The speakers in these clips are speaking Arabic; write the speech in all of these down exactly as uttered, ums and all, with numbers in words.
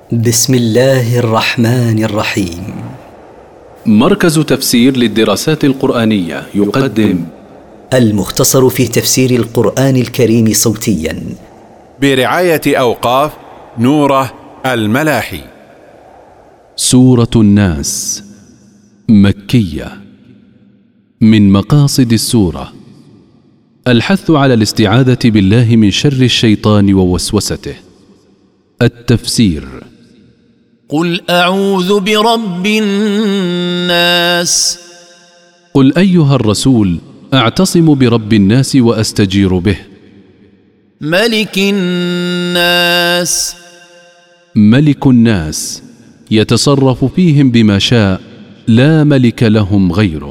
بسم الله الرحمن الرحيم. مركز تفسير للدراسات القرآنية يقدم المختصر في تفسير القرآن الكريم صوتيا برعاية أوقاف نوره الملاحي. سورة الناس مكية. من مقاصد السورة الحث على الاستعاذة بالله من شر الشيطان ووسوسته. التفسير: قل أعوذ برب الناس. قل أيها الرسول أعتصم برب الناس وأستجير به. ملك الناس. ملك الناس يتصرف فيهم بما شاء، لا ملك لهم غيره.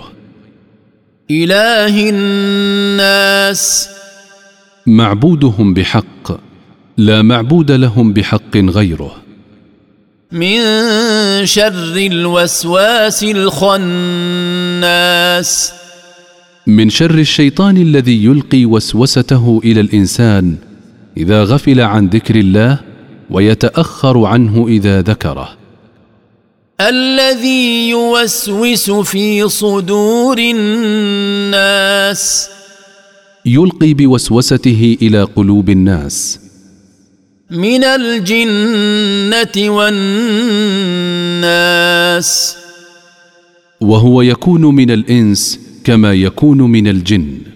إله الناس. معبودهم بحق، لا معبود لهم بحق غيره. من شر الوسواس الخناس. من شر الشيطان الذي يلقي وسوسته إلى الإنسان إذا غفل عن ذكر الله ويتأخر عنه إذا ذكره. الذي يوسوس في صدور الناس. يلقي بوسوسته إلى قلوب الناس. من الجنة والناس. وهو يكون من الإنس كما يكون من الجن.